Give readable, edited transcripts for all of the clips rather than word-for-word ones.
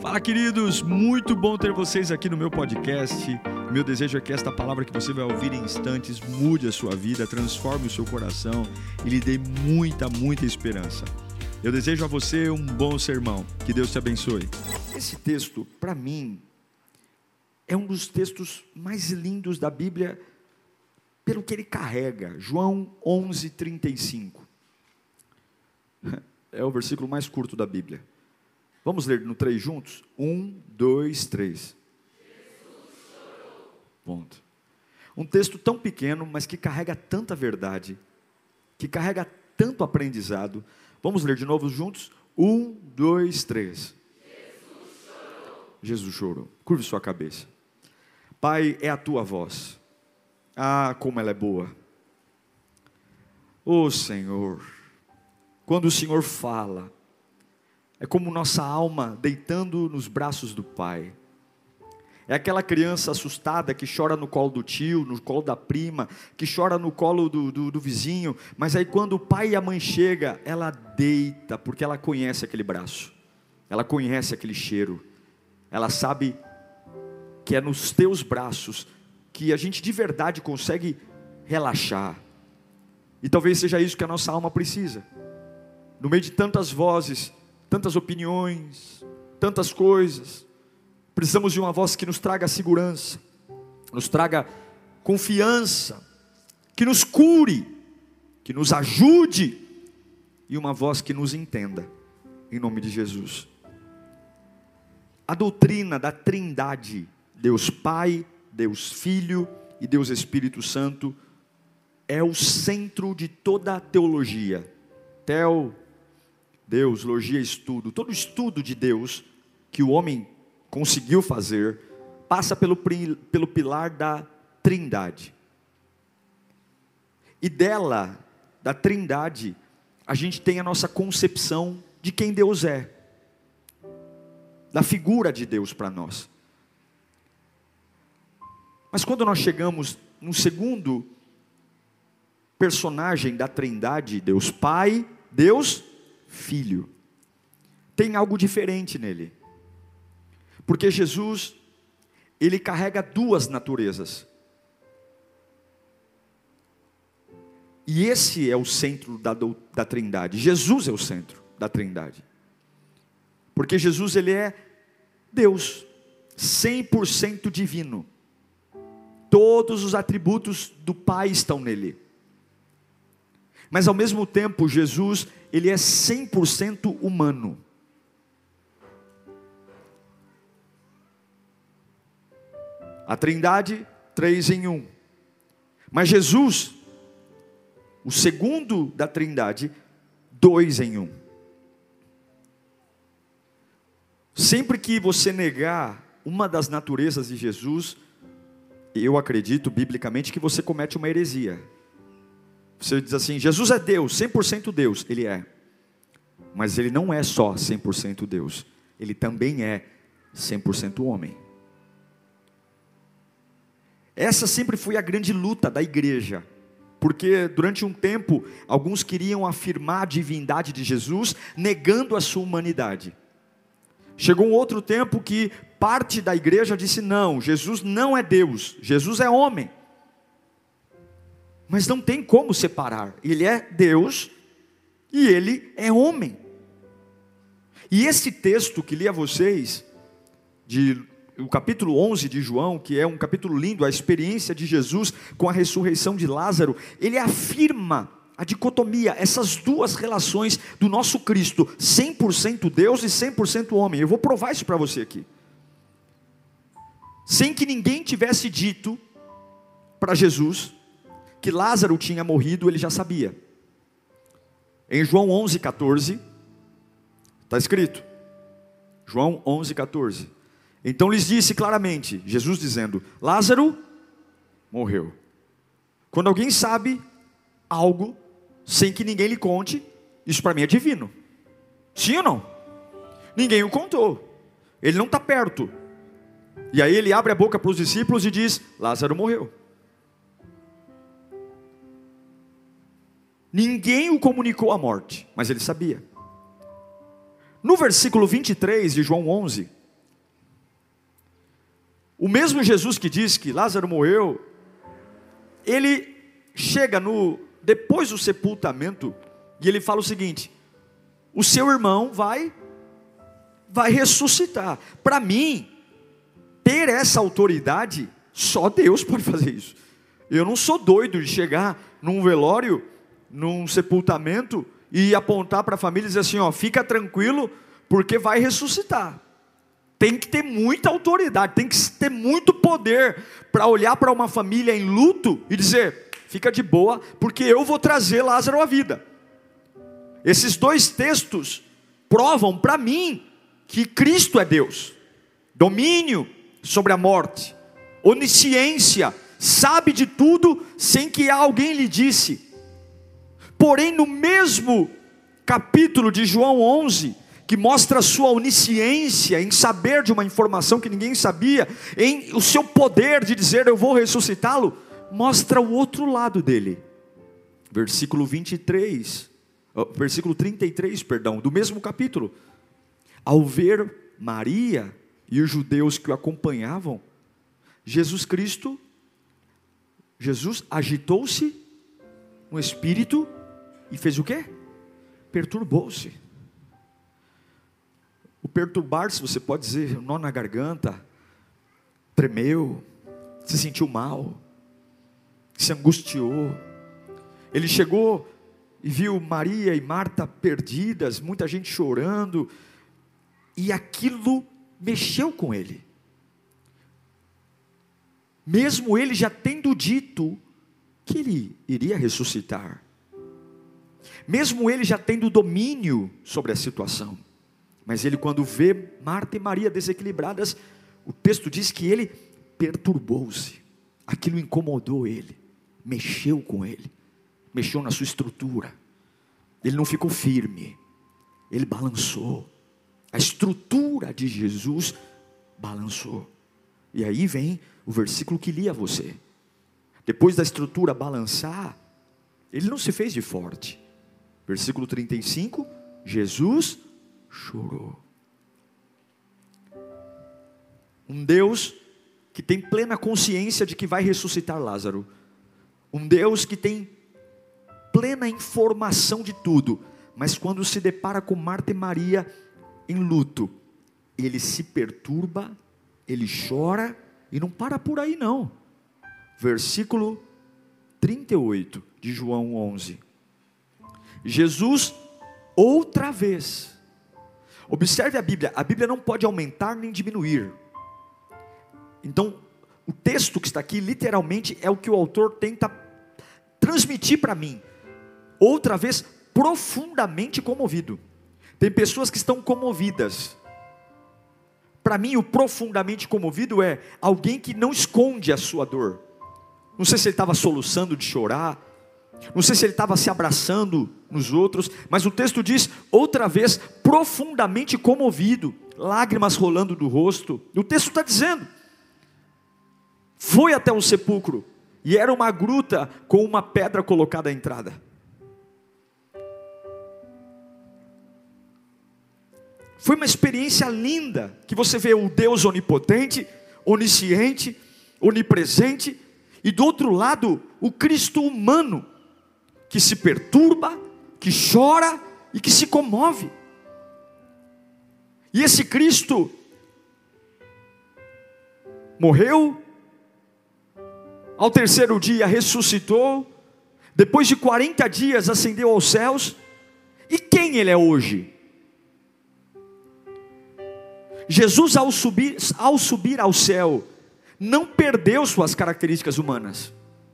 Fala, queridos, muito bom ter vocês aqui no meu podcast. Meu desejo é que esta palavra que você vai ouvir em instantes mude a sua vida, transforme o seu coração e lhe dê muita esperança. Eu desejo a você um bom sermão, que Deus te abençoe. Esse texto, para mim, é um dos textos mais lindos da Bíblia, pelo que ele carrega. João 11:35. É o versículo mais curto da Bíblia. Vamos ler no 3 juntos? 1, 2, 3. Ponto. Um texto tão pequeno, mas que carrega tanta verdade, que carrega tanto aprendizado. Vamos ler de novo juntos? 1, 2, 3. Jesus chorou. Curve sua cabeça. Pai, é a tua voz. Ah, como ela é boa. Oh Senhor, quando o Senhor fala, é como nossa alma deitando nos braços do Pai. É aquela criança assustada que chora no colo do tio, no colo da prima, que chora no colo do vizinho, mas aí quando o pai e a mãe chegam, ela deita, porque ela conhece aquele braço, ela conhece aquele cheiro, ela sabe que é nos teus braços que a gente de verdade consegue relaxar. E talvez seja isso que a nossa alma precisa. No meio de tantas vozes, tantas opiniões, tantas coisas, precisamos de uma voz que nos traga segurança, nos traga confiança, que nos cure, que nos ajude, e uma voz que nos entenda, em nome de Jesus. A doutrina da Trindade, Deus Pai, Deus Filho e Deus Espírito Santo, é o centro de toda a teologia. Deus, logia, estudo. Todo estudo de Deus que o homem conseguiu fazer passa pelo pilar da Trindade. E dela, da Trindade, a gente tem a nossa concepção de quem Deus é, da figura de Deus para nós. Mas quando nós chegamos no segundo personagem da Trindade, Deus Pai, Deus Filho, tem algo diferente nele, porque Jesus, ele carrega duas naturezas, e esse é o centro da Trindade. Jesus é o centro da Trindade, porque Jesus, ele é Deus, 100% divino, todos os atributos do Pai estão nele, mas ao mesmo tempo, Jesus, ele é 100% humano. A Trindade, 3 em 1. Mas Jesus, o segundo da Trindade, 2 em 1. Sempre que você negar uma das naturezas de Jesus, eu acredito biblicamente que você comete uma heresia. Você diz assim, Jesus é Deus, 100% Deus. Ele é, mas ele não é só 100% Deus, ele também é 100% homem. Essa sempre foi a grande luta da igreja, porque durante um tempo, alguns queriam afirmar a divindade de Jesus, negando a sua humanidade. Chegou um outro tempo que parte da igreja disse, não, Jesus não é Deus, Jesus é homem. Mas não tem como separar, ele é Deus e ele é homem. E esse texto que li a vocês, o capítulo 11 de João, que é um capítulo lindo, a experiência de Jesus com a ressurreição de Lázaro, ele afirma a dicotomia, essas duas relações do nosso Cristo, 100% Deus e 100% homem. Eu vou provar isso para você aqui. Sem que ninguém tivesse dito para Jesus que Lázaro tinha morrido, ele já sabia. Em João 11:14, está escrito, João 11:14, então lhes disse claramente, Jesus dizendo, Lázaro morreu. Quando alguém sabe algo, sem que ninguém lhe conte, isso para mim é divino, sim ou não? Ninguém o contou, ele não está perto, e aí ele abre a boca para os discípulos e diz, Lázaro morreu. Ninguém o comunicou a morte, mas ele sabia. No versículo 23 de João 11, O mesmo Jesus que disse que Lázaro morreu, ele chega depois do sepultamento, e ele fala o seguinte: o seu irmão vai ressuscitar. Para mim, ter essa autoridade, só Deus pode fazer isso. Eu não sou doido de chegar num velório, num sepultamento, e apontar para a família e dizer assim, ó, fica tranquilo, porque vai ressuscitar. Tem que ter muita autoridade, tem que ter muito poder para olhar para uma família em luto e dizer, fica de boa, porque eu vou trazer Lázaro à vida. Esses dois textos provam para mim que Cristo é Deus. Domínio sobre a morte, onisciência, sabe de tudo sem que alguém lhe disse. Porém, no mesmo capítulo de João 11, que mostra a sua onisciência em saber de uma informação que ninguém sabia, em o seu poder de dizer eu vou ressuscitá-lo, mostra o outro lado dele. Versículo 33, do mesmo capítulo. Ao ver Maria e os judeus que o acompanhavam, Jesus agitou-se no espírito e fez o quê? Perturbou-se. O perturbar-se, você pode dizer, nó na garganta, tremeu, se sentiu mal, se angustiou. Ele chegou e viu Maria e Marta perdidas, muita gente chorando, e aquilo mexeu com ele. Mesmo ele já tendo dito que ele iria ressuscitar, mesmo ele já tendo domínio sobre a situação, mas ele, quando vê Marta e Maria desequilibradas, o texto diz que ele perturbou-se, aquilo incomodou ele, mexeu com ele, mexeu na sua estrutura, ele não ficou firme, ele balançou, a estrutura de Jesus balançou. E aí vem o versículo que li a você. Depois da estrutura balançar, ele não se fez de forte. Versículo 35, Jesus chorou. Um Deus que tem plena consciência de que vai ressuscitar Lázaro. Um Deus que tem plena informação de tudo. Mas quando se depara com Marta e Maria em luto, ele se perturba, ele chora e não para por aí não. Versículo 38 de João 11. Jesus outra vez. Observe a Bíblia não pode aumentar nem diminuir. Então, o texto que está aqui, literalmente, é o que o autor tenta transmitir para mim. Outra vez, profundamente comovido. Tem pessoas que estão comovidas. Para mim, o profundamente comovido é alguém que não esconde a sua dor. Não sei se ele estava soluçando de chorar, não sei se ele estava se abraçando nos outros, mas o texto diz, outra vez, profundamente comovido, lágrimas rolando do rosto. O texto está dizendo, foi até o sepulcro, e era uma gruta com uma pedra colocada à entrada. Foi uma experiência linda, que você vê o Deus onipotente, onisciente, onipresente, e do outro lado, o Cristo humano, que se perturba, que chora e que se comove. E esse Cristo morreu, ao terceiro dia ressuscitou, depois de 40 dias ascendeu aos céus. E quem ele é hoje? Jesus, ao subir ao céu, não perdeu suas características humanas.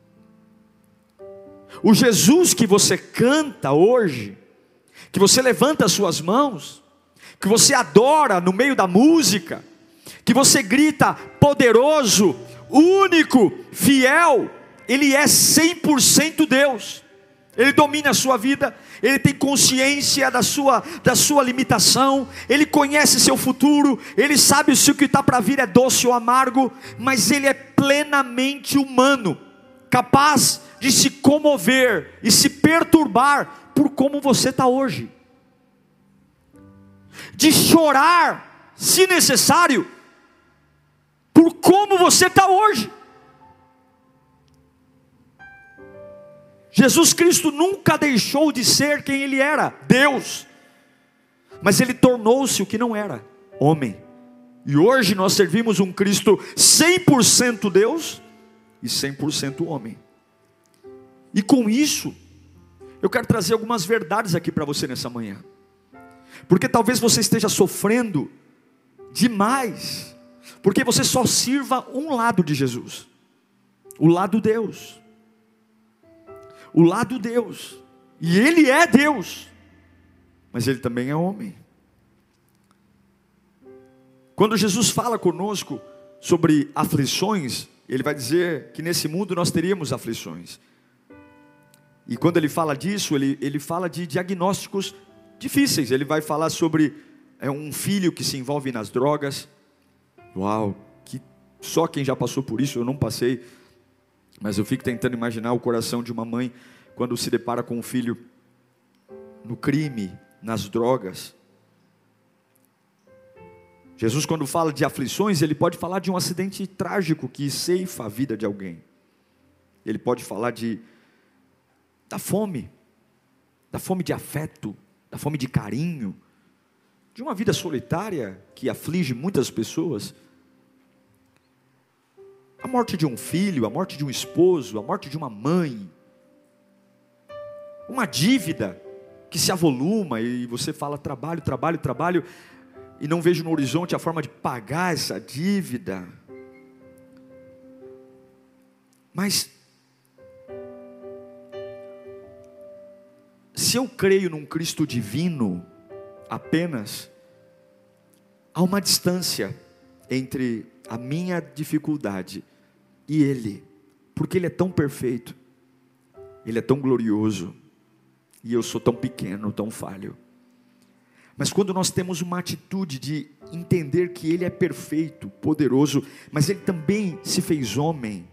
O Jesus que você canta hoje, que você levanta as suas mãos, que você adora no meio da música, que você grita poderoso, único, fiel, ele é 100% Deus. Ele domina a sua vida, ele tem consciência da sua limitação, ele conhece seu futuro, ele sabe se o que está para vir é doce ou amargo, mas ele é plenamente humano, capaz de se comover e se perturbar por como você está hoje, de chorar, se necessário, por como você está hoje. Jesus Cristo nunca deixou de ser quem Ele era, Deus. Mas Ele tornou-se o que não era, homem. E hoje nós servimos um Cristo 100% Deus e 100% homem. E com isso, eu quero trazer algumas verdades aqui para você nessa manhã. Porque talvez você esteja sofrendo demais, porque você só sirva um lado de Jesus, o lado Deus. O lado Deus. E Ele é Deus, mas Ele também é homem. Quando Jesus fala conosco sobre aflições, Ele vai dizer que nesse mundo nós teríamos aflições. E quando Ele fala disso, Ele fala de diagnósticos difíceis. Ele vai falar sobre um filho que se envolve nas drogas. Uau, que só quem já passou por isso, eu não passei. Mas eu fico tentando imaginar o coração de uma mãe quando se depara com um filho no crime, nas drogas. Jesus, quando fala de aflições, Ele pode falar de um acidente trágico que ceifa a vida de alguém. Ele pode falar da fome de afeto, da fome de carinho, de uma vida solitária que aflige muitas pessoas. A morte de um filho, a morte de um esposo, a morte de uma mãe, uma dívida que se avoluma e você fala trabalho, trabalho, trabalho, e não vejo no horizonte a forma de pagar essa dívida. Mas se eu creio num Cristo divino apenas, há uma distância entre a minha dificuldade e Ele, porque Ele é tão perfeito, Ele é tão glorioso, e eu sou tão pequeno, tão falho. Mas quando nós temos uma atitude de entender que Ele é perfeito, poderoso, mas Ele também se fez homem,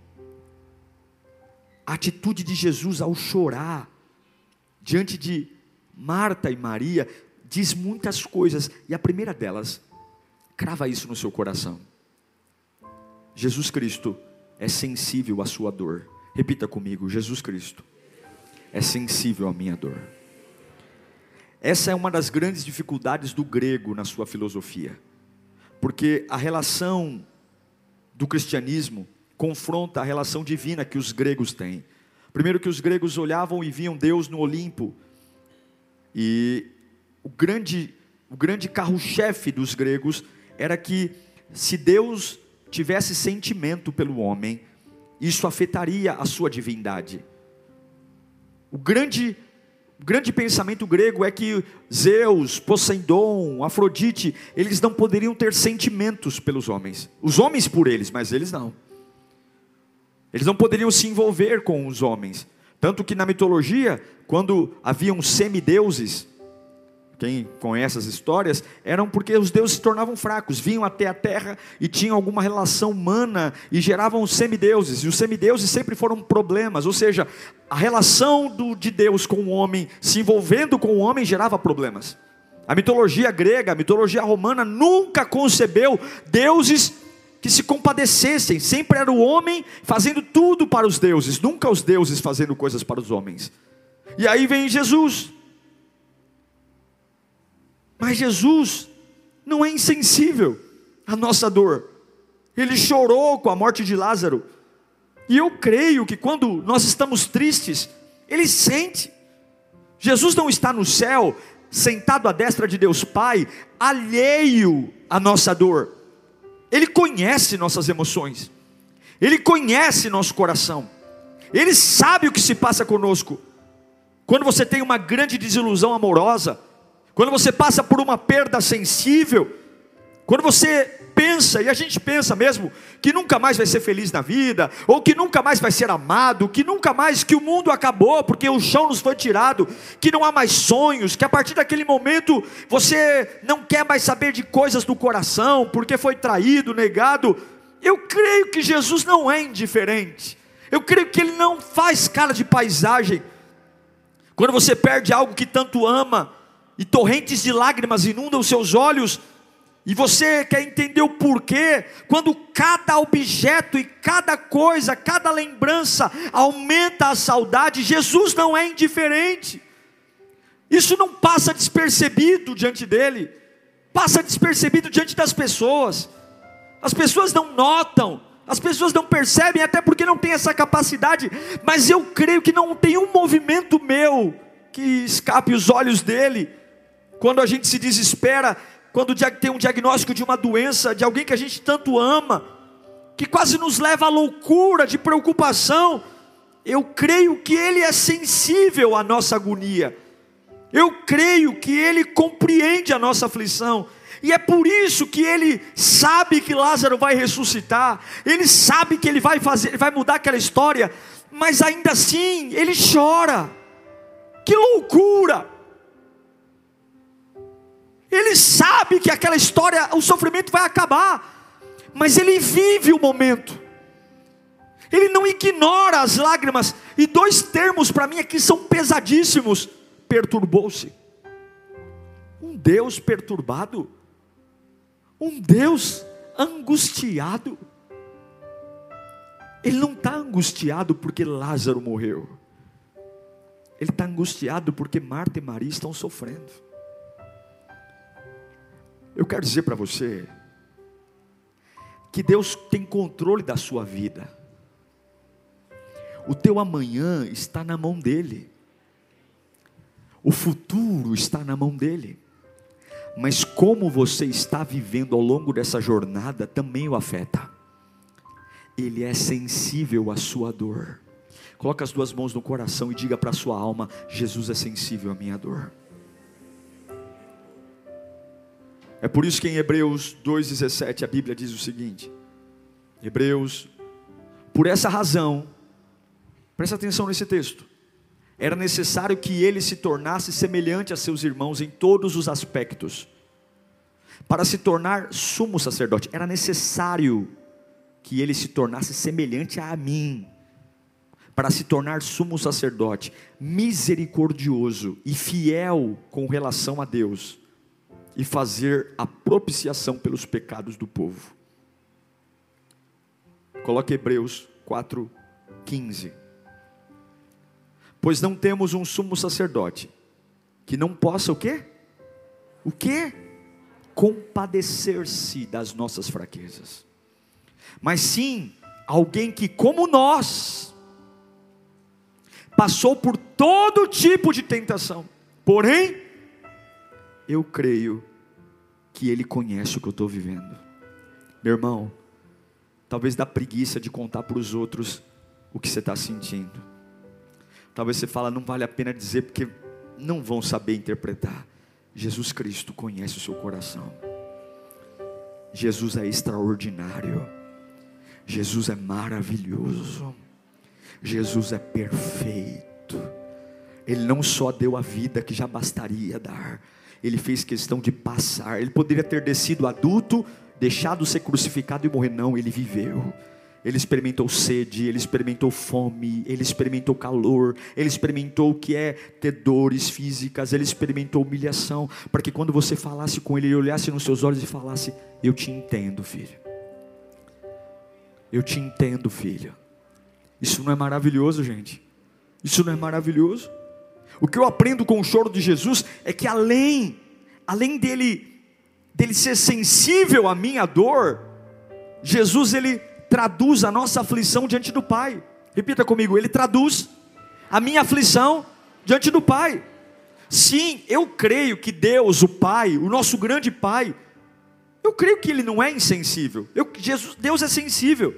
a atitude de Jesus ao chorar, diante de Marta e Maria, diz muitas coisas, e a primeira delas, crava isso no seu coração: Jesus Cristo é sensível à sua dor. Repita comigo: Jesus Cristo é sensível à minha dor. Essa é uma das grandes dificuldades do grego na sua filosofia, porque a relação do cristianismo confronta a relação divina que os gregos têm. Primeiro, que os gregos olhavam e viam Deus no Olimpo, e o grande carro-chefe dos gregos era que se Deus tivesse sentimento pelo homem, isso afetaria a sua divindade. O grande pensamento grego é que Zeus, Poseidon, Afrodite, eles não poderiam ter sentimentos pelos homens. Os homens por eles, mas eles não. Eles não poderiam se envolver com os homens. Tanto que na mitologia, quando haviam semideuses, quem conhece as histórias, eram porque os deuses se tornavam fracos, vinham até a terra e tinham alguma relação humana e geravam os semideuses, e os semideuses sempre foram problemas, ou seja, a relação de Deus com o homem, se envolvendo com o homem, gerava problemas. A mitologia grega, a mitologia romana nunca concebeu deuses que se compadecessem, sempre era o homem fazendo tudo para os deuses, nunca os deuses fazendo coisas para os homens. E aí vem Jesus. Mas Jesus não é insensível à nossa dor. Ele chorou com a morte de Lázaro. E eu creio que quando nós estamos tristes, Ele sente. Jesus não está no céu, sentado à destra de Deus Pai, alheio à nossa dor. Ele conhece nossas emoções. Ele conhece nosso coração. Ele sabe o que se passa conosco. Quando você tem uma grande desilusão amorosa, quando você passa por uma perda sensível, quando você pensa, e a gente pensa mesmo, que nunca mais vai ser feliz na vida, ou que nunca mais vai ser amado, que nunca mais, que o mundo acabou, porque o chão nos foi tirado, que não há mais sonhos, que a partir daquele momento, você não quer mais saber de coisas do coração, porque foi traído, negado. Eu creio que Jesus não é indiferente, eu creio que Ele não faz cara de paisagem. Quando você perde algo que tanto ama, e torrentes de lágrimas inundam os seus olhos, E você quer entender o porquê? Quando cada objeto e cada coisa, cada lembrança aumenta a saudade, Jesus não é indiferente. Isso não passa despercebido diante dele, passa despercebido diante das pessoas. As pessoas não notam, as pessoas não percebem, até porque não tem essa capacidade. Mas eu creio que não tem um movimento meu que escape os olhos dele. Quando a gente se desespera, quando tem um diagnóstico de uma doença, de alguém que a gente tanto ama, que quase nos leva à loucura de preocupação, eu creio que ele é sensível à nossa agonia. Eu creio que ele compreende a nossa aflição. E é por isso que ele sabe que Lázaro vai ressuscitar. Ele sabe que ele vai mudar aquela história. Mas ainda assim, ele chora. Que loucura! Ele sabe que aquela história, o sofrimento vai acabar. Mas ele vive o momento. Ele não ignora as lágrimas. E dois termos para mim aqui são pesadíssimos. Perturbou-se. Um Deus perturbado. Um Deus angustiado. Ele não está angustiado porque Lázaro morreu. Ele está angustiado porque Marta e Maria estão sofrendo. Eu quero dizer para você que Deus tem controle da sua vida. O teu amanhã está na mão dele. O futuro está na mão dele. Mas como você está vivendo ao longo dessa jornada também o afeta. Ele é sensível à sua dor. Coloca as duas mãos no coração e diga para a sua alma: Jesus é sensível à minha dor. É por isso que em Hebreus 2,17 a Bíblia diz o seguinte: por essa razão, presta atenção nesse texto, era necessário que ele se tornasse semelhante a seus irmãos em todos os aspectos, para se tornar sumo sacerdote. Era necessário que ele se tornasse semelhante a mim, para se tornar sumo sacerdote, misericordioso e fiel com relação a Deus, e fazer a propiciação pelos pecados do povo. Coloque Hebreus 4:15. Pois não temos um sumo sacerdote que não possa o quê? O quê? Compadecer-se das nossas fraquezas, mas sim alguém que, como nós, passou por todo tipo de tentação, porém eu creio que ele conhece o que eu estou vivendo. Meu irmão, talvez dá preguiça de contar para os outros o que você está sentindo. Talvez você fala, não vale a pena dizer porque não vão saber interpretar. Jesus Cristo conhece o seu coração. Jesus é extraordinário. Jesus é maravilhoso. Jesus é perfeito. Ele não só deu a vida que já bastaria dar, ele fez questão de passar. Ele poderia ter descido adulto, deixado ser crucificado e morrer. Não, ele viveu. Ele experimentou sede, ele experimentou fome, ele experimentou calor, ele experimentou o que é ter dores físicas, ele experimentou humilhação, para que quando você falasse com ele, ele olhasse nos seus olhos e falasse: eu te entendo, filho. Eu te entendo, filho. Isso não é maravilhoso, gente? Isso não é maravilhoso? O que eu aprendo com o choro de Jesus é que além dele ser sensível à minha dor, Jesus ele traduz a nossa aflição diante do Pai. Repita comigo: ele traduz a minha aflição diante do Pai. Sim, eu creio que Deus, o Pai, o nosso grande Pai, eu creio que ele não é insensível. Deus é sensível.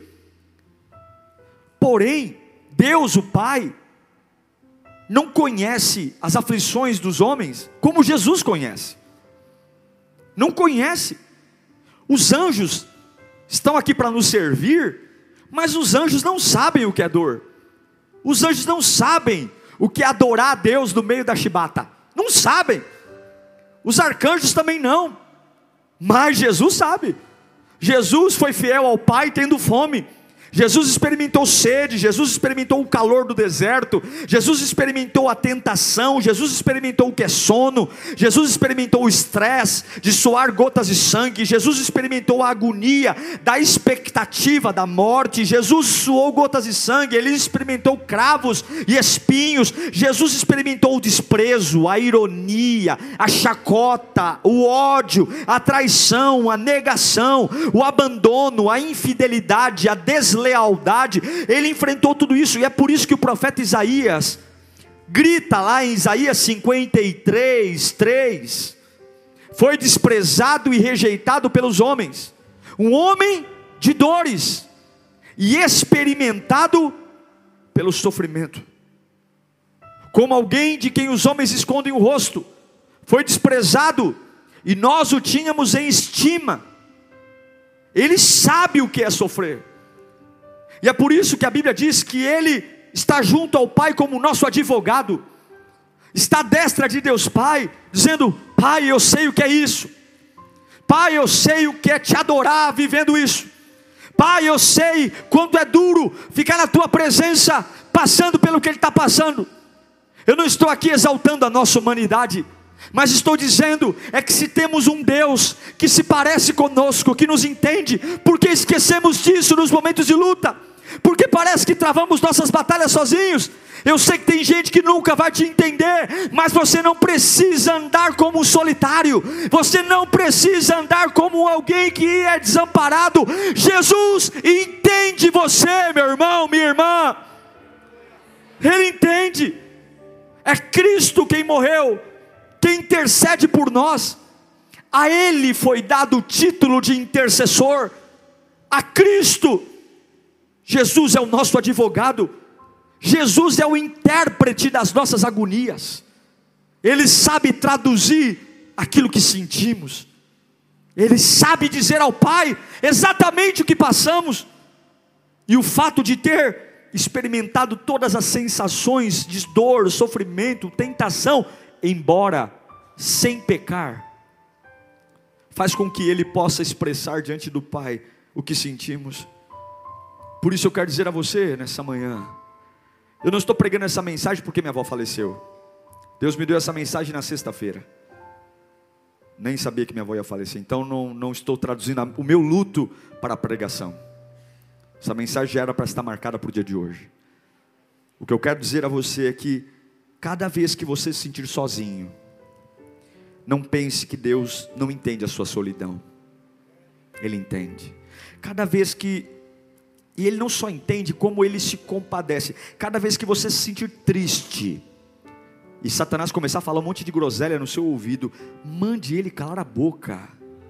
Porém, Deus, o Pai, não conhece as aflições dos homens como Jesus conhece. Não conhece. Os anjos estão aqui para nos servir, mas os anjos não sabem o que é dor. Os anjos não sabem o que é adorar a Deus no meio da chibata. Não sabem. Os arcanjos também não. Mas Jesus sabe. Jesus foi fiel ao Pai tendo fome. Jesus experimentou sede, Jesus experimentou o calor do deserto, Jesus experimentou a tentação, Jesus experimentou o que é sono, Jesus experimentou o estresse de suar gotas de sangue, Jesus experimentou a agonia da expectativa da morte, Jesus suou gotas de sangue, ele experimentou cravos e espinhos, Jesus experimentou o desprezo, a ironia, a chacota, o ódio, a traição, a negação, o abandono, a infidelidade, a deslealdade. Ele enfrentou tudo isso, e é por isso que o profeta Isaías grita lá em Isaías 53:3: foi desprezado e rejeitado pelos homens, um homem de dores e experimentado pelo sofrimento, como alguém de quem os homens escondem o rosto, foi desprezado e nós o tínhamos em estima. Ele sabe o que é sofrer. E é por isso que a Bíblia diz que Ele está junto ao Pai como nosso advogado, está à destra de Deus Pai, dizendo: Pai, eu sei o que é isso, Pai, eu sei o que é te adorar vivendo isso, Pai, eu sei quanto é duro ficar na tua presença, passando pelo que Ele está passando. Eu não estou aqui exaltando a nossa humanidade, mas estou dizendo que se temos um Deus que se parece conosco, que nos entende, porque esquecemos disso nos momentos de luta? Porque parece que travamos nossas batalhas sozinhos. Eu sei que tem gente que nunca vai te entender, mas você não precisa andar como um solitário, você não precisa andar como alguém que é desamparado. Jesus entende você, meu irmão, minha irmã. Ele entende. É Cristo quem morreu, quem intercede por nós. A Ele foi dado o título de intercessor, a Cristo. Jesus é o nosso advogado, Jesus é o intérprete das nossas agonias, Ele sabe traduzir aquilo que sentimos, Ele sabe dizer ao Pai exatamente o que passamos. E o fato de ter experimentado todas as sensações de dor, sofrimento, tentação, embora sem pecar, faz com que Ele possa expressar diante do Pai o que sentimos. Por isso eu quero dizer a você nessa manhã, eu não estou pregando essa mensagem porque minha avó faleceu. Deus me deu essa mensagem na sexta-feira, nem sabia que minha avó ia falecer, então não estou traduzindo o meu luto para a pregação. Essa mensagem já era para estar marcada para o dia de hoje. O que eu quero dizer a você é que cada vez que você se sentir sozinho, não pense que Deus não entende a sua solidão. Ele entende. Cada vez que, e Ele não só entende, como Ele se compadece. Cada vez que você se sentir triste, e Satanás começar a falar um monte de groselha no seu ouvido, mande ele calar a boca.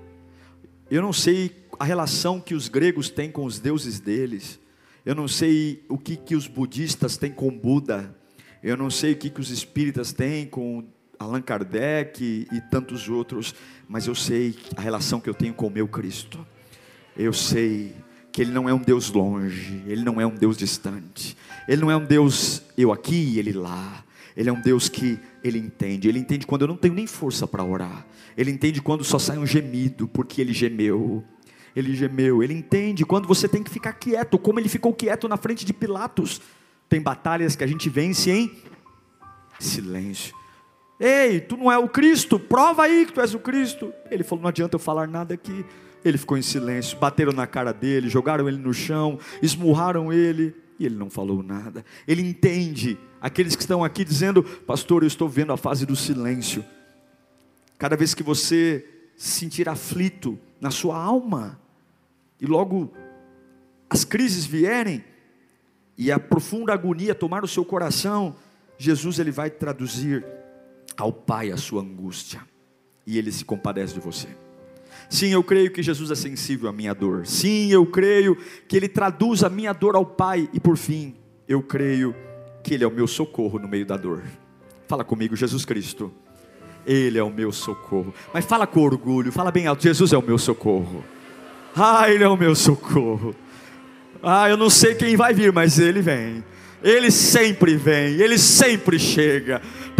Eu não sei a relação que os gregos têm com os deuses deles, eu não sei o que os budistas têm com Buda, eu não sei o que os espíritas têm com Allan Kardec e tantos outros, mas eu sei a relação que eu tenho com o meu Cristo. Eu sei que Ele não é um Deus longe, Ele não é um Deus distante, Ele não é um Deus eu aqui e Ele lá. Ele é um Deus que Ele entende quando eu não tenho nem força para orar, Ele entende quando só sai um gemido, porque Ele gemeu, Ele entende quando você tem que ficar quieto, como Ele ficou quieto na frente de Pilatos. Tem batalhas que a gente vence em silêncio. Ei, tu não é o Cristo? Prova aí que tu és o Cristo. Ele falou, não adianta eu falar nada aqui. Ele ficou em silêncio, bateram na cara dele, jogaram ele no chão, esmurraram ele, e ele não falou nada. Ele entende. Aqueles que estão aqui dizendo, pastor, eu estou vendo a fase do silêncio. Cada vez que você se sentir aflito na sua alma, e logo as crises vierem, e a profunda agonia tomar o seu coração, Jesus Ele vai traduzir ao Pai a sua angústia, e Ele se compadece de você. Sim, eu creio que Jesus é sensível à minha dor. Sim, eu creio que Ele traduz a minha dor ao Pai. E por fim, eu creio que Ele é o meu socorro no meio da dor. Fala comigo, Jesus Cristo, Ele é o meu socorro. Mas fala com orgulho, fala bem alto, Jesus é o meu socorro. Ele é o meu socorro. Eu não sei quem vai vir, mas Ele vem. Ele sempre vem, Ele sempre chega.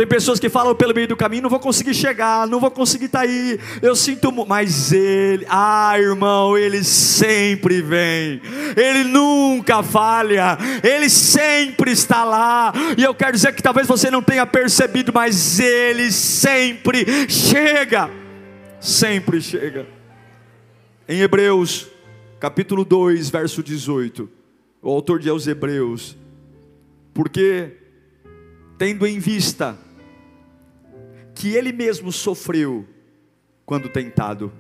Tem pessoas que falam pelo meio do caminho: não vou conseguir chegar, não vou conseguir estar aí, eu sinto mas Ele, irmão, Ele sempre vem, Ele nunca falha, Ele sempre está lá. E eu quero dizer que talvez você não tenha percebido, mas Ele sempre chega, sempre chega. Em Hebreus capítulo 2 verso 18, o autor de aos Hebreus: porque tendo em vista que Ele mesmo sofreu quando tentado.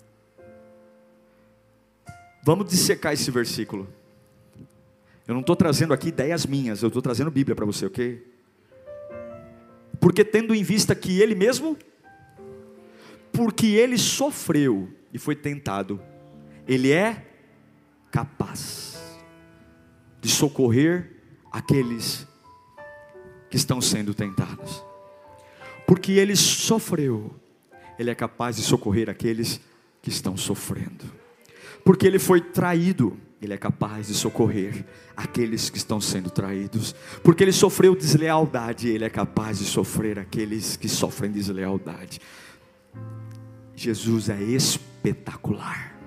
Vamos dissecar esse versículo. Eu não estou trazendo aqui ideias minhas, eu estou trazendo Bíblia para você, ok? Porque tendo em vista que Ele mesmo, porque Ele sofreu e foi tentado, Ele é capaz de socorrer aqueles que estão sendo tentados. Porque Ele sofreu, Ele é capaz de socorrer aqueles que estão sofrendo. Porque Ele foi traído, Ele é capaz de socorrer aqueles que estão sendo traídos. Porque Ele sofreu deslealdade, Ele é capaz de sofrer aqueles que sofrem deslealdade. Jesus é espetacular.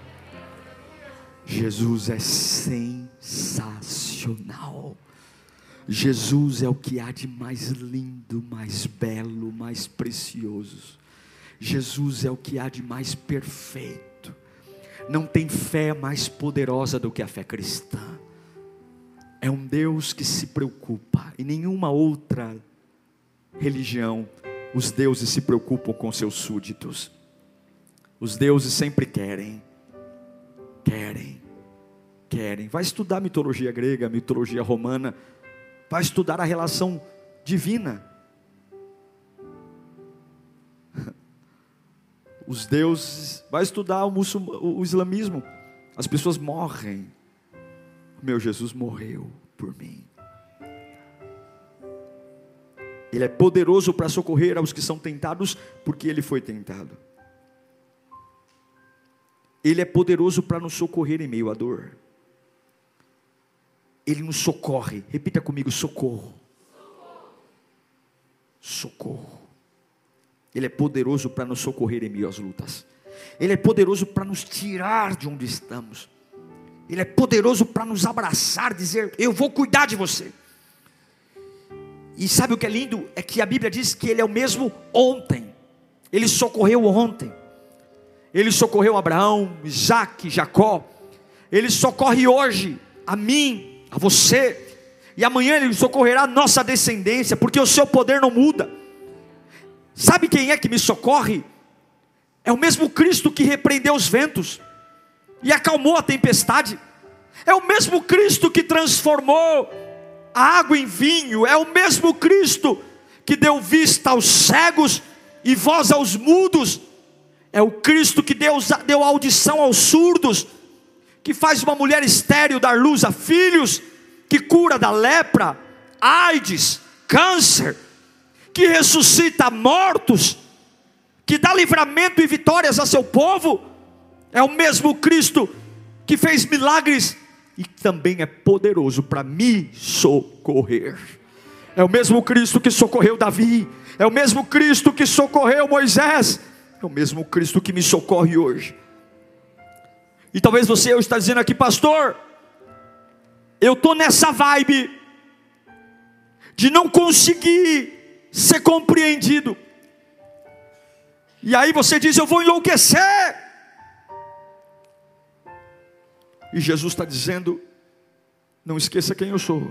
Jesus é sensacional. Jesus é o que há de mais lindo, mais belo, mais precioso. Jesus é o que há de mais perfeito. Não tem fé mais poderosa do que a fé cristã. É um Deus que se preocupa. Em nenhuma outra religião os deuses se preocupam com seus súditos. Os deuses sempre querem. Vai estudar mitologia grega, mitologia romana. Vai estudar a relação divina. Os deuses, vai estudar o islamismo. As pessoas morrem. Meu Jesus morreu por mim. Ele é poderoso para socorrer aos que são tentados, porque Ele foi tentado. Ele é poderoso para nos socorrer em meio à dor. Ele nos socorre. Repita comigo: socorro. Socorro. Ele é poderoso para nos socorrer em meio às lutas. Ele é poderoso para nos tirar de onde estamos. Ele é poderoso para nos abraçar, dizer: eu vou cuidar de você. E sabe o que é lindo? É que a Bíblia diz que Ele é o mesmo ontem. Ele socorreu ontem. Ele socorreu Abraão, Isaque, Jacó. Ele socorre hoje a mim, a você, e amanhã Ele socorrerá a nossa descendência, porque o seu poder não muda. Sabe quem é que me socorre? É o mesmo Cristo que repreendeu os ventos e acalmou a tempestade. É o mesmo Cristo que transformou a água em vinho. É o mesmo Cristo que deu vista aos cegos e voz aos mudos. É o Cristo que deu audição aos surdos, que faz uma mulher estéril dar luz a filhos, que cura da lepra, AIDS, câncer, que ressuscita mortos, que dá livramento e vitórias a seu povo. É o mesmo Cristo que fez milagres e também é poderoso para me socorrer. É o mesmo Cristo que socorreu Davi, é o mesmo Cristo que socorreu Moisés, é o mesmo Cristo que me socorre hoje. E talvez você está dizendo aqui: pastor, eu estou nessa vibe de não conseguir ser compreendido. E aí você diz: eu vou enlouquecer. E Jesus está dizendo: não esqueça quem eu sou.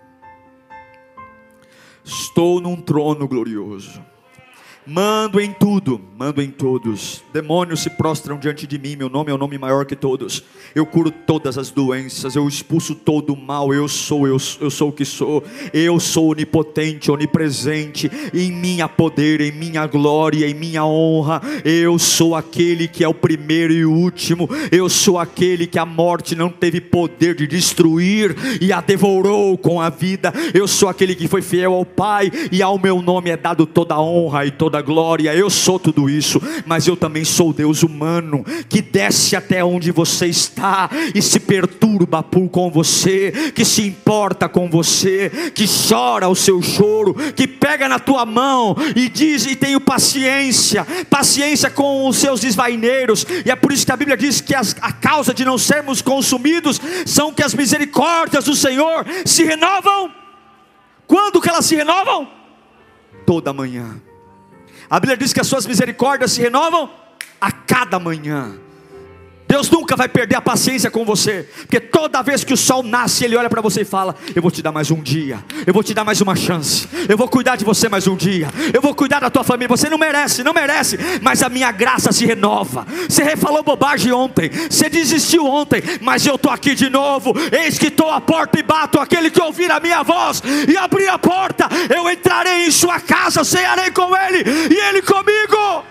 Estou num trono glorioso. Mando em tudo, mando em todos. Demônios se prostram diante de mim. Meu nome é o nome maior que todos. Eu curo todas as doenças. Eu expulso todo o mal. Eu sou o que sou. Eu sou onipotente, onipresente. Em mim há poder, em minha glória, em minha honra. Eu sou aquele que é o primeiro e o último. Eu sou aquele que a morte não teve poder de destruir e a devorou com a vida. Eu sou aquele que foi fiel ao Pai, e ao meu nome é dado toda a honra e toda a toda glória. Eu sou tudo isso, mas eu também sou o Deus humano, que desce até onde você está e se perturba com você, que se importa com você, que chora o seu choro, que pega na tua mão e diz, e tenho paciência com os seus desvaineiros. E é por isso que a Bíblia diz que a causa de não sermos consumidos são que as misericórdias do Senhor se renovam. Quando que elas se renovam? Toda manhã. A Bíblia diz que as suas misericórdias se renovam a cada manhã. Deus nunca vai perder a paciência com você, porque toda vez que o sol nasce, Ele olha para você e fala: eu vou te dar mais um dia, eu vou te dar mais uma chance, eu vou cuidar de você mais um dia, eu vou cuidar da tua família. Você não merece, mas a minha graça se renova. Você falou bobagem ontem, você desistiu ontem, mas eu estou aqui de novo. Eis que estou à porta e bato. Aquele que ouvir a minha voz e abrir a porta, eu entrarei em sua casa, cearei com Ele e Ele comigo.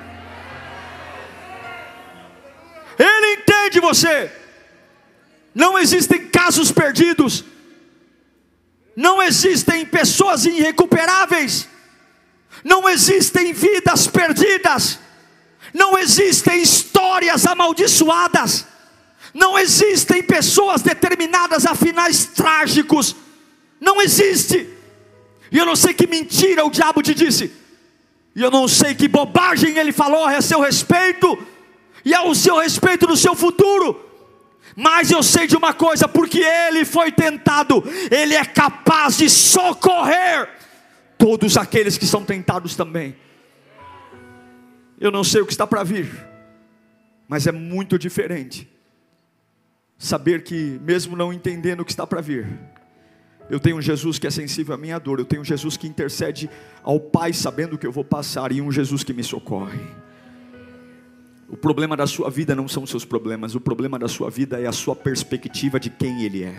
Ele entende você. Não existem casos perdidos, não existem pessoas irrecuperáveis, não existem vidas perdidas, não existem histórias amaldiçoadas, não existem pessoas determinadas a finais trágicos. Não existe. E eu não sei que mentira o diabo te disse, e eu não sei que bobagem ele falou a seu respeito e ao seu respeito do seu futuro, mas eu sei de uma coisa: porque ele foi tentado, ele é capaz de socorrer todos aqueles que são tentados também. Eu não sei o que está para vir, mas é muito diferente saber que, mesmo não entendendo o que está para vir, eu tenho um Jesus que é sensível à minha dor, eu tenho um Jesus que intercede ao Pai sabendo o que eu vou passar, e um Jesus que me socorre. O problema da sua vida não são os seus problemas, o problema da sua vida é a sua perspectiva de quem Ele é.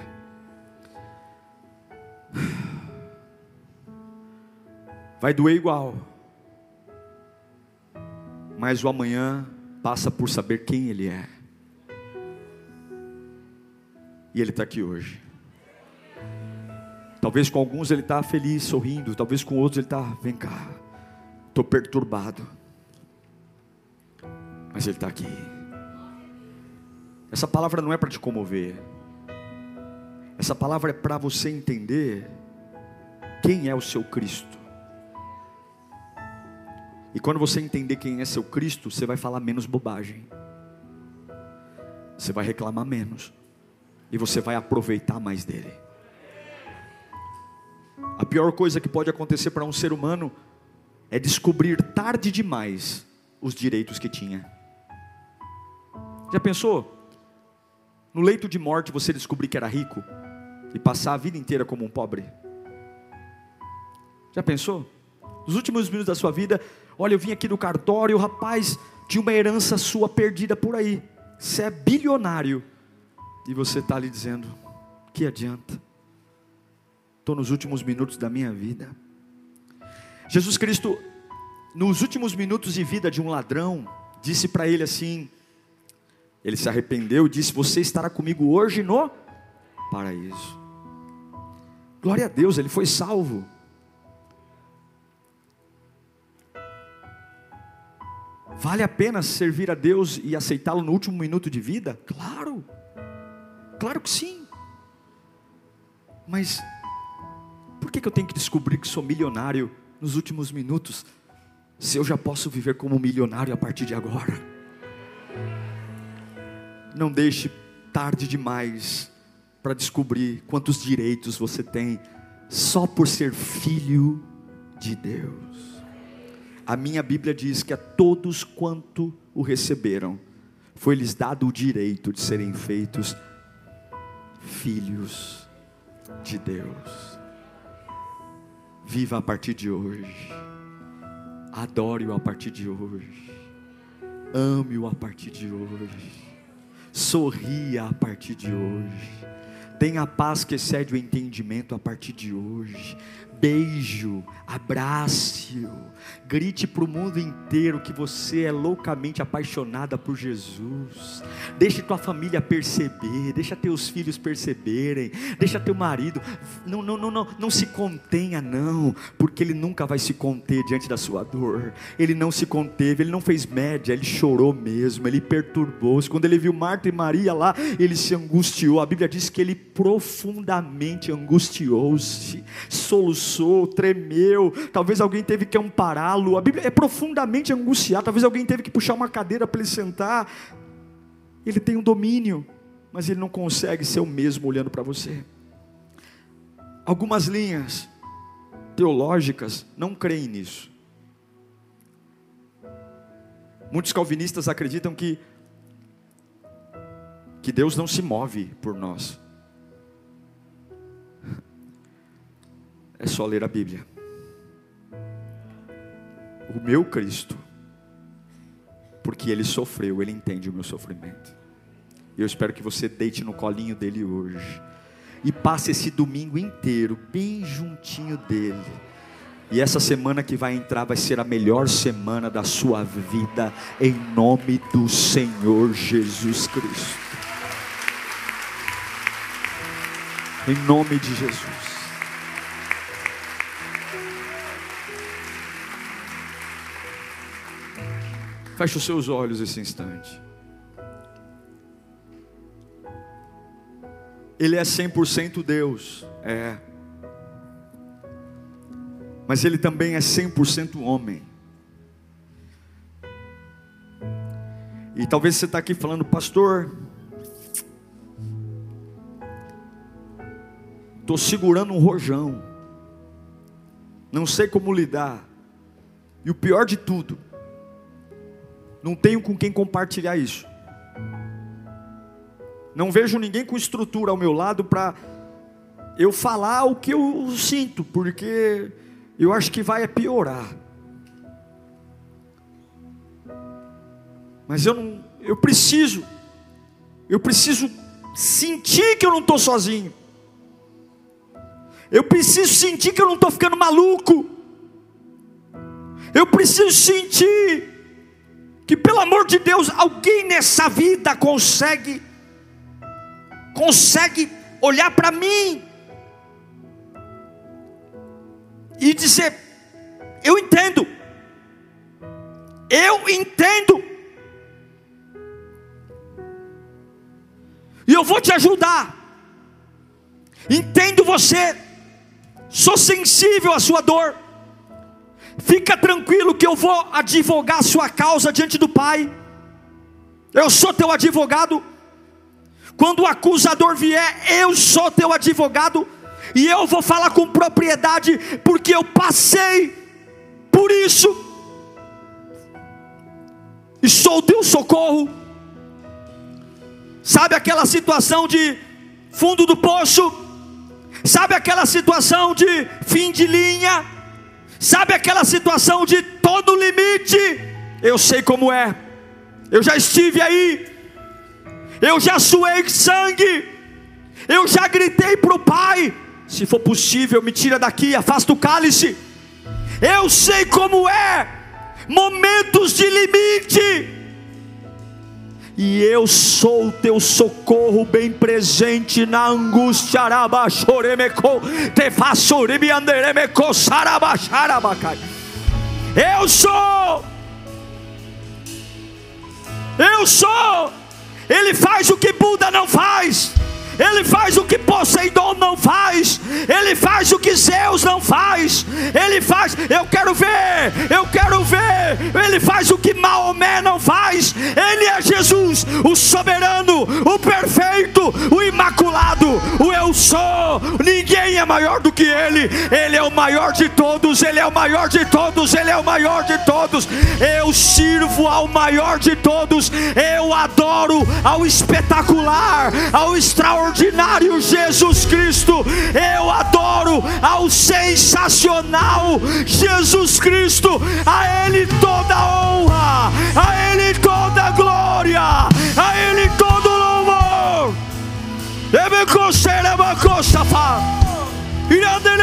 Vai doer igual, mas o amanhã passa por saber quem Ele é. E Ele está aqui hoje. Talvez com alguns Ele está feliz, sorrindo, talvez com outros Ele está: vem cá, estou perturbado. Mas Ele está aqui. Essa palavra não é para te comover, essa palavra é para você entender quem é o seu Cristo. E quando você entender quem é seu Cristo, você vai falar menos bobagem, você vai reclamar menos, e você vai aproveitar mais dele. A pior coisa que pode acontecer para um ser humano é descobrir tarde demais os direitos que tinha. Já pensou? No leito de morte você descobrir que era rico e passar a vida inteira como um pobre? Já pensou? Nos últimos minutos da sua vida: olha, eu vim aqui do cartório, rapaz, tinha uma herança sua perdida por aí, você é bilionário, e você está ali dizendo: que adianta? Estou nos últimos minutos da minha vida. Jesus Cristo, nos últimos minutos de vida de um ladrão, disse para ele assim, ele se arrependeu e disse: você estará comigo hoje no paraíso. Glória a Deus, ele foi salvo. Vale a pena servir a Deus e aceitá-lo no último minuto de vida? Claro, claro que sim. Mas por que eu tenho que descobrir que sou milionário nos últimos minutos, se eu já posso viver como milionário a partir de agora? Não deixe tarde demais para descobrir quantos direitos você tem só por ser filho de Deus. A minha Bíblia diz que a todos quanto o receberam, foi-lhes dado o direito de serem feitos filhos de Deus. Viva a partir de hoje, adore-o a partir de hoje, ame-o a partir de hoje, sorria a partir de hoje, tenha a paz que excede o entendimento a partir de hoje, beijo, abrace-o, grite para o mundo inteiro que você é loucamente apaixonada por Jesus. Deixe tua família perceber, deixa teus filhos perceberem, deixa teu marido. Não se contenha não, porque ele nunca vai se conter diante da sua dor. Ele não se conteve, ele não fez média, ele chorou mesmo, ele perturbou-se. Quando ele viu Marta e Maria lá, ele se angustiou. A Bíblia diz que ele profundamente angustiou-se, soluçou, tremeu. Talvez alguém teve que ampará-lo. A Bíblia é profundamente angustiado. Talvez alguém teve que puxar uma cadeira para ele sentar. Ele tem um domínio, mas ele não consegue ser o mesmo olhando para você. Algumas linhas teológicas não creem nisso. Muitos calvinistas acreditam que Deus não se move por nós. É só ler a Bíblia. O meu Cristo, porque Ele sofreu, Ele entende o meu sofrimento. E eu espero que você deite no colinho dele hoje e passe esse domingo inteiro bem juntinho dele. E essa semana que vai entrar vai ser a melhor semana da sua vida, em nome do Senhor Jesus Cristo. Em nome de Jesus. Feche os seus olhos esse instante. Ele é 100% Deus, mas Ele também é 100% homem. E talvez você está aqui falando, pastor, estou segurando um rojão, não sei como lidar, e o pior de tudo, não tenho com quem compartilhar isso. Não vejo ninguém com estrutura ao meu lado para eu falar o que eu sinto, porque eu acho que vai piorar. Mas eu preciso sentir que eu não estou sozinho. Eu preciso sentir que eu não estou ficando maluco. Eu preciso sentir que, pelo amor de Deus, alguém nessa vida consegue olhar para mim e dizer, eu entendo, e eu vou te ajudar, entendo você, sou sensível à sua dor, fica tranquilo que eu vou advogar a sua causa diante do Pai, eu sou teu advogado. Quando o acusador vier, eu sou teu advogado, e eu vou falar com propriedade, porque eu passei por isso, e sou o teu socorro. Sabe aquela situação de fundo do poço? Sabe aquela situação de fim de linha? Sabe aquela situação de todo limite? Eu sei como é, eu já estive aí. Eu já suei sangue, eu já gritei para o Pai, se for possível me tira daqui, afasta o cálice. Eu sei como é, momentos de limite, e eu sou o teu socorro bem presente na angústia. Eu sou. Ele faz o que Buda não faz, Ele faz o que Poseidon não faz, Ele faz o que Zeus não faz, Ele faz, eu quero ver, Ele faz o que Maomé não faz. Ele é Jesus, o soberano, o perfeito, o imaculado, o eu sou. Ninguém é maior do que Ele, Ele é o maior de todos, Ele é o maior de todos, Ele é o maior de todos. Eu sirvo ao maior de todos, eu adoro ao espetacular, ao extraordinário Jesus Cristo, eu adoro ao sensacional Jesus Cristo. A Ele toda honra, a Ele toda glória, a Ele todo louvor.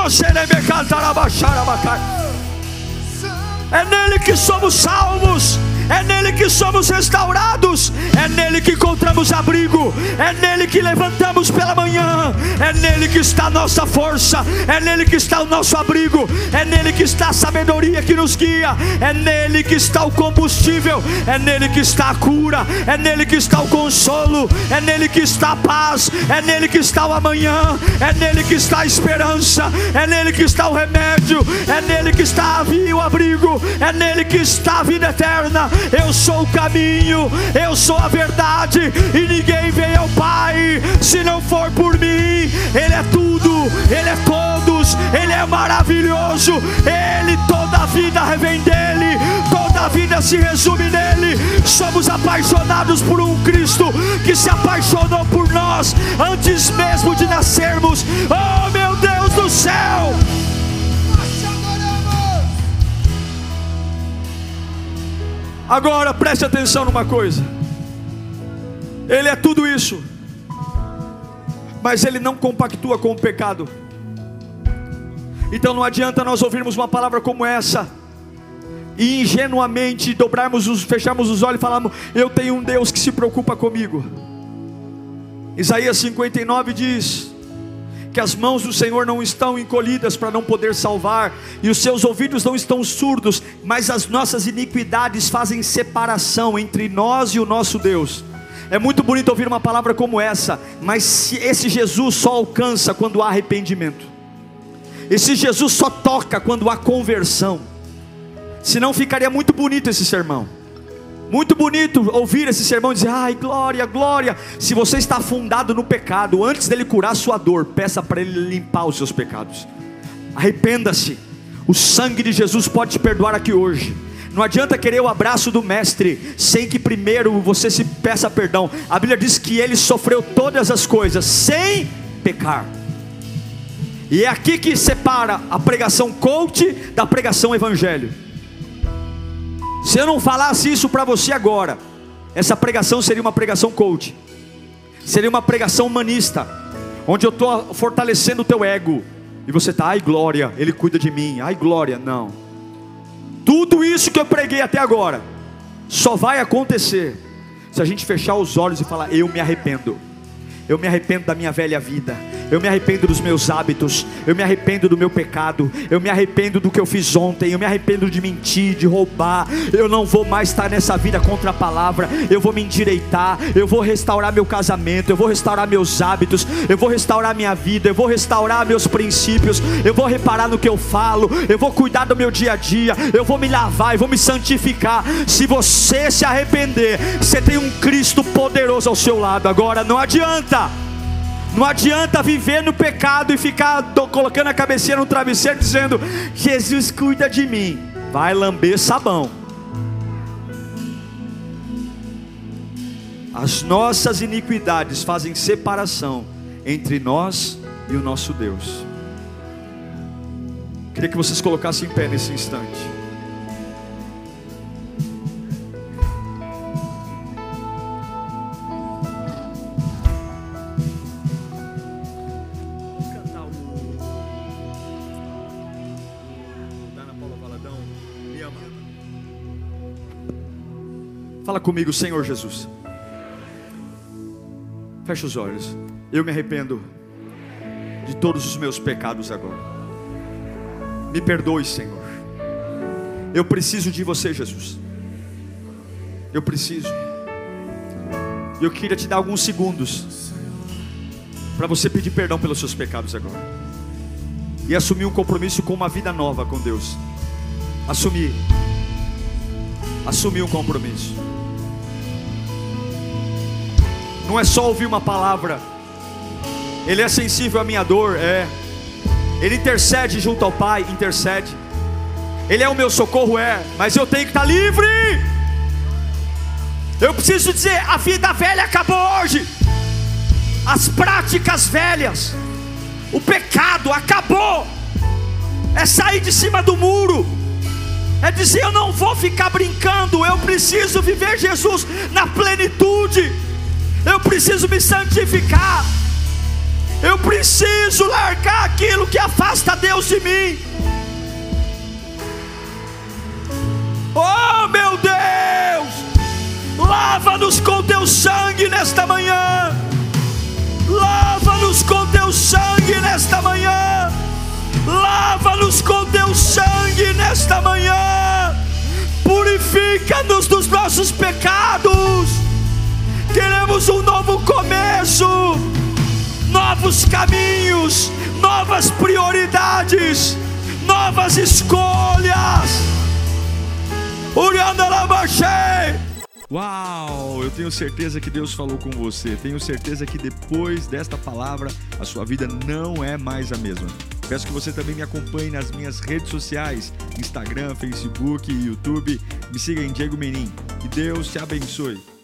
É nele que somos salvos, é nele que somos restaurados, é nele que encontramos abrigo, é nele que levantamos pela manhã, é nele que está a nossa força, é nele que está o nosso abrigo, é nele que está a sabedoria que nos guia, é nele que está o combustível, é nele que está a cura, é nele que está o consolo, é nele que está a paz, é nele que está o amanhã, é nele que está a esperança, é nele que está o remédio, é nele que está o abrigo, é nele que está a vida eterna. Eu sou o caminho, eu sou a verdade, e ninguém vem ao Pai se não for por mim. Ele é tudo, Ele é todos, Ele é maravilhoso, Ele, toda a vida vem dEle, toda a vida se resume nele. Somos apaixonados por um Cristo que se apaixonou por nós antes mesmo de nascermos. Oh meu Deus do céu! Agora preste atenção numa coisa: Ele é tudo isso, mas Ele não compactua com o pecado. Então não adianta nós ouvirmos uma palavra como essa e ingenuamente fecharmos os olhos e falarmos: eu tenho um Deus que se preocupa comigo. Isaías 59 diz que as mãos do Senhor não estão encolhidas para não poder salvar, e os seus ouvidos não estão surdos, mas as nossas iniquidades fazem separação entre nós e o nosso Deus. É muito bonito ouvir uma palavra como essa, mas esse Jesus só alcança quando há arrependimento. Esse Jesus só toca quando há conversão. Senão ficaria muito bonito esse sermão, muito bonito ouvir esse sermão e dizer: ai, glória, glória. Se você está afundado no pecado, antes dele curar a sua dor, peça para ele limpar os seus pecados. Arrependa-se, o sangue de Jesus pode te perdoar aqui hoje. Não adianta querer o abraço do mestre sem que primeiro você se peça perdão. A Bíblia diz que ele sofreu todas as coisas sem pecar. E é aqui que separa a pregação coach da pregação evangelho. Se eu não falasse isso para você agora, essa pregação seria uma pregação coach, seria uma pregação humanista, onde eu estou fortalecendo o teu ego, e você está: ai glória, ele cuida de mim, ai glória. Não, tudo isso que eu preguei até agora só vai acontecer se a gente fechar os olhos e falar: eu me arrependo. Eu me arrependo da minha velha vida, eu me arrependo dos meus hábitos, eu me arrependo do meu pecado, eu me arrependo do que eu fiz ontem, eu me arrependo de mentir, de roubar. Eu não vou mais estar nessa vida contra a palavra. Eu vou me endireitar, eu vou restaurar meu casamento, eu vou restaurar meus hábitos, eu vou restaurar minha vida, eu vou restaurar meus princípios, eu vou reparar no que eu falo, eu vou cuidar do meu dia a dia, eu vou me lavar, eu vou me santificar. Se você se arrepender, você tem um Cristo poderoso ao seu lado. Agora não adianta viver no pecado e ficar colocando a cabecinha no travesseiro dizendo: Jesus cuida de mim. Vai lamber sabão. As nossas iniquidades fazem separação entre nós e o nosso Deus. Queria que vocês colocassem em pé nesse instante. Fala comigo: Senhor Jesus. Fecha os olhos. Eu me arrependo de todos os meus pecados agora. Me perdoe, Senhor. Eu preciso de você, Jesus. Eu preciso. Eu queria te dar alguns segundos para você pedir perdão pelos seus pecados agora e assumir um compromisso com uma vida nova com Deus. Assumir um compromisso. Não é só ouvir uma palavra. Ele é sensível à minha dor, é. Ele intercede junto ao Pai, intercede. Ele é o meu socorro, é. Mas eu tenho que estar livre. Eu preciso dizer: a vida velha acabou hoje. As práticas velhas, o pecado acabou. É sair de cima do muro. É dizer: eu não vou ficar brincando. Eu preciso viver Jesus na plenitude. Eu preciso me santificar. Eu preciso largar aquilo que afasta Deus de mim. Oh meu Deus, lava-nos com teu sangue nesta manhã. Lava-nos com teu sangue nesta manhã. Lava-nos com teu sangue nesta manhã. Purifica-nos dos nossos pecados. Queremos um novo começo, novos caminhos, novas prioridades, novas escolhas. Uau, eu tenho certeza que Deus falou com você. Tenho certeza que depois desta palavra a sua vida não é mais a mesma. Peço que você também me acompanhe nas minhas redes sociais, Instagram, Facebook e YouTube. Me siga em Diego Menin. Que Deus te abençoe.